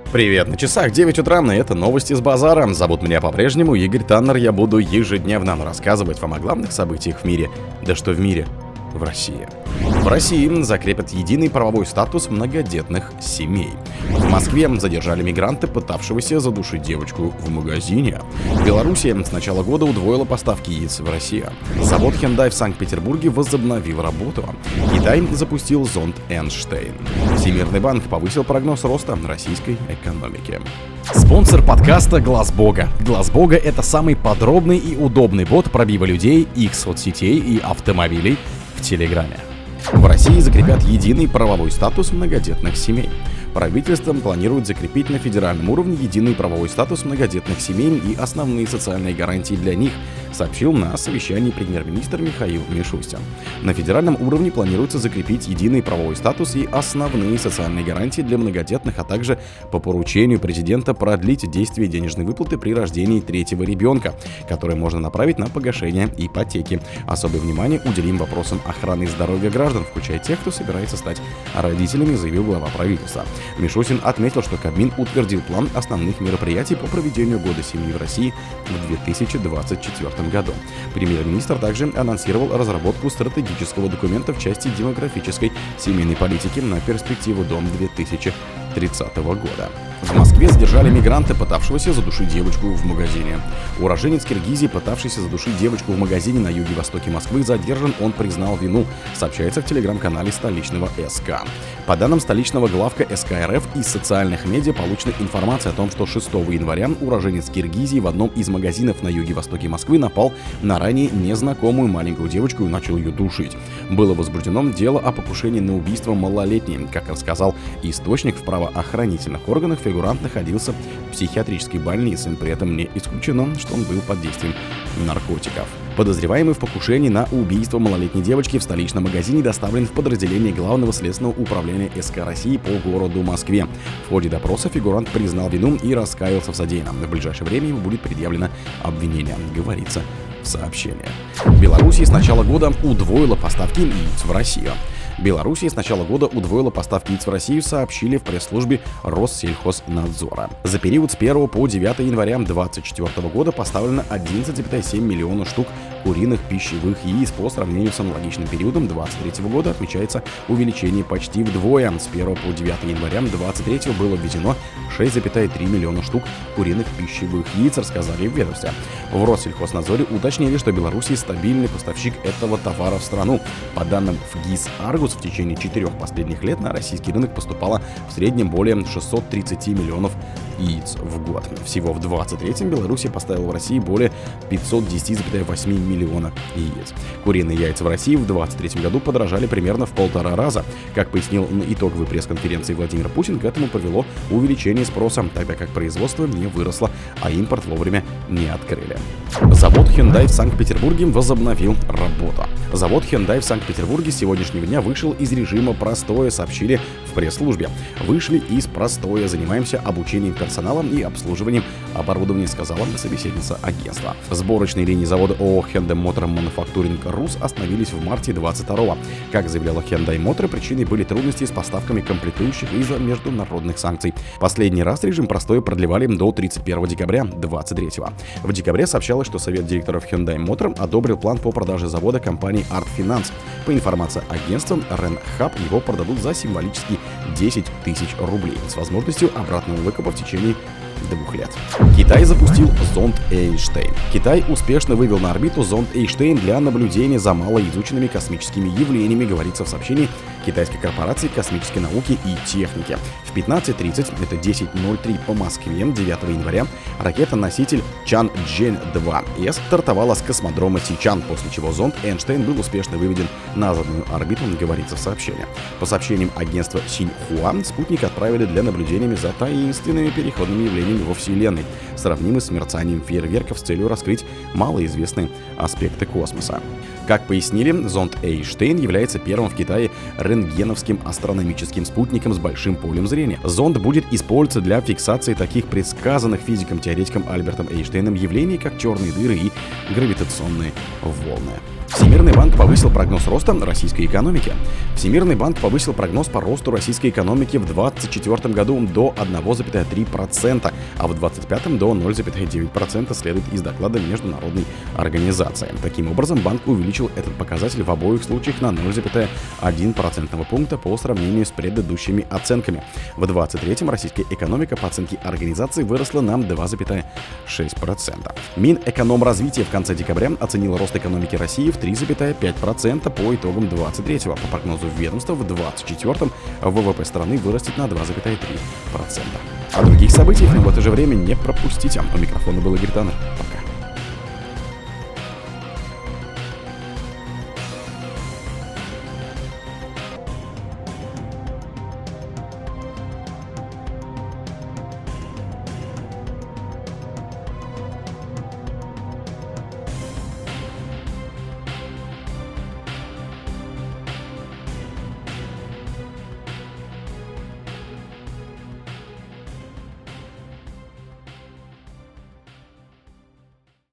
Привет, на часах 9 утра, и это новости с базара. Зовут меня по-прежнему Игорь Таннер, я буду ежедневно рассказывать вам о главных событиях в мире. Да что в мире? В России. В России закрепят единый правовой статус многодетных семей. В Москве задержали мигранта, пытавшегося задушить девочку в магазине. Белоруссия с начала года удвоила поставки яиц в Россию. Завод Hyundai в Санкт-Петербурге возобновил работу. Китай запустил зонд Эйнштейн. Всемирный банк повысил прогноз роста российской экономики. Спонсор подкаста Глаз Бога. Глаз Бога — это самый подробный и удобный бот пробива людей, их соцсетей и автомобилей в Телеграме. В России закрепят единый правовой статус многодетных семей. Правительство планирует закрепить на федеральном уровне единый правовой статус многодетных семей и основные социальные гарантии для них, сообщил на совещании премьер-министр Михаил Мишустин. На федеральном уровне планируется закрепить единый правовой статус и основные социальные гарантии для многодетных, а также по поручению президента продлить действие денежной выплаты при рождении третьего ребенка, который можно направить на погашение ипотеки. Особое внимание уделим вопросам охраны здоровья граждан, включая тех, кто собирается стать родителями, заявил глава правительства. Мишустин отметил, что Кабмин утвердил план основных мероприятий по проведению Года семьи в России в 2024 году. Премьер-министр также анонсировал разработку стратегического документа в части демографической семейной политики на перспективу до 2030 года. В Москве задержали мигранта, пытавшегося задушить девочку в магазине. Уроженец Киргизии, пытавшийся задушить девочку в магазине на юге-востоке Москвы, задержан, он признал вину, сообщается в телеграм-канале столичного СК. По данным столичного главка СК РФ, из социальных медиа получена информация о том, что 6 января уроженец Киргизии в одном из магазинов на юге-востоке Москвы напал на ранее незнакомую маленькую девочку и начал ее душить. Было возбуждено дело о покушении на убийство малолетней. Как рассказал источник в правоохранительных органах, фигурант находился в психиатрической больнице, при этом не исключено, что он был под действием наркотиков. Подозреваемый в покушении на убийство малолетней девочки в столичном магазине доставлен в подразделение Главного следственного управления СК России по городу Москве. В ходе допроса фигурант признал вину и раскаялся в содеянном. В ближайшее время ему будет предъявлено обвинение, говорится в сообщении. Белоруссия с начала года удвоила поставки яиц в Россию. Белоруссия с начала года удвоила поставки яиц в Россию, сообщили в пресс-службе Россельхознадзора. За период с 1 по 9 января 2024 года поставлено 11,7 миллиона штук куриных пищевых яиц. По сравнению с аналогичным периодом 2023 года отмечается увеличение почти вдвое. С 1 по 9 января 2023 было ввезено 6,3 миллиона штук куриных пищевых яиц, рассказали в ведомстве. В Россельхознадзоре уточнили, что Белоруссия стабильный поставщик этого товара в страну. По данным ФГИС Аргус, в течение 4 последних лет на российский рынок поступало в среднем более 630 миллионов яиц в год. Всего в 2023-м Белоруссия поставила в России более 510,8 миллиона яиц. Куриные яйца в России в 2023 году подорожали примерно в 1,5 раза. Как пояснил на итоговой пресс-конференции Владимир Путин, к этому повело увеличение спроса, тогда как производство не выросло, а импорт вовремя не открыли. Завод Hyundai в Санкт-Петербурге возобновил работу. Завод Hyundai в Санкт-Петербурге с сегодняшнего дня вышел из режима простоя, сообщили в пресс-службе. Вышли из простоя, занимаемся обучением персонала и обслуживанием оборудования, сказала собеседница агентства. Сборочные линии завода ООО Hyundai Motor Manufacturing Rus остановились в марте 22-го. Как заявляла Hyundai Motor, причиной были трудности с поставками комплектующих из-за международных санкций. Последний раз режим простоя продлевали до 31 декабря 23-го. В декабре сообщалось, что совет директоров Hyundai Motor одобрил план по продаже завода компании Art Finance. По информации агентства, Ренхаб его продадут за символические 10 тысяч рублей с возможностью обратного выкупа в течение 2 лет. Китай запустил зонд Эйнштейн. Китай успешно вывел на орбиту зонд Эйнштейн для наблюдения за малоизученными космическими явлениями, говорится в сообщении китайской корпорации космической науки и техники. В 15:30, это 10:03 по Москве, 9 января, ракета-носитель Чанчжэнь-2С стартовала с космодрома Сичан, после чего зонд Эйнштейн был успешно выведен на заданную орбиту, говорится в сообщении. По сообщениям агентства Синьхуа, спутник отправили для наблюдения за таинственными переходными явлениями во Вселенной, сравнимы с мерцанием фейерверков, с целью раскрыть малоизвестные аспекты космоса. Как пояснили, зонд Эйнштейн является первым в Китае рентгеновским астрономическим спутником с большим полем зрения. Зонд будет использоваться для фиксации таких предсказанных физиком-теоретиком Альбертом Эйнштейном явлений, как черные дыры и гравитационные волны. Всемирный банк повысил прогноз роста российской экономики. Всемирный банк повысил прогноз по росту российской экономики в 2024 году до 1,3%, а в 2025 до 0,9%, следует из доклада международной организации. Таким образом, банк увеличил этот показатель в обоих случаях на 0,1 процентного пункта по сравнению с предыдущими оценками. В 2023 российская экономика по оценке организации выросла на 2,6%. Минэкономразвития в конце декабря оценила рост экономики России в 3,5% по итогам 23-го. По прогнозу ведомства, в 24-м ВВП страны вырастет на 2,3%. А других событий в это же время не пропустите. У микрофона был Игорь Таннер. Пока.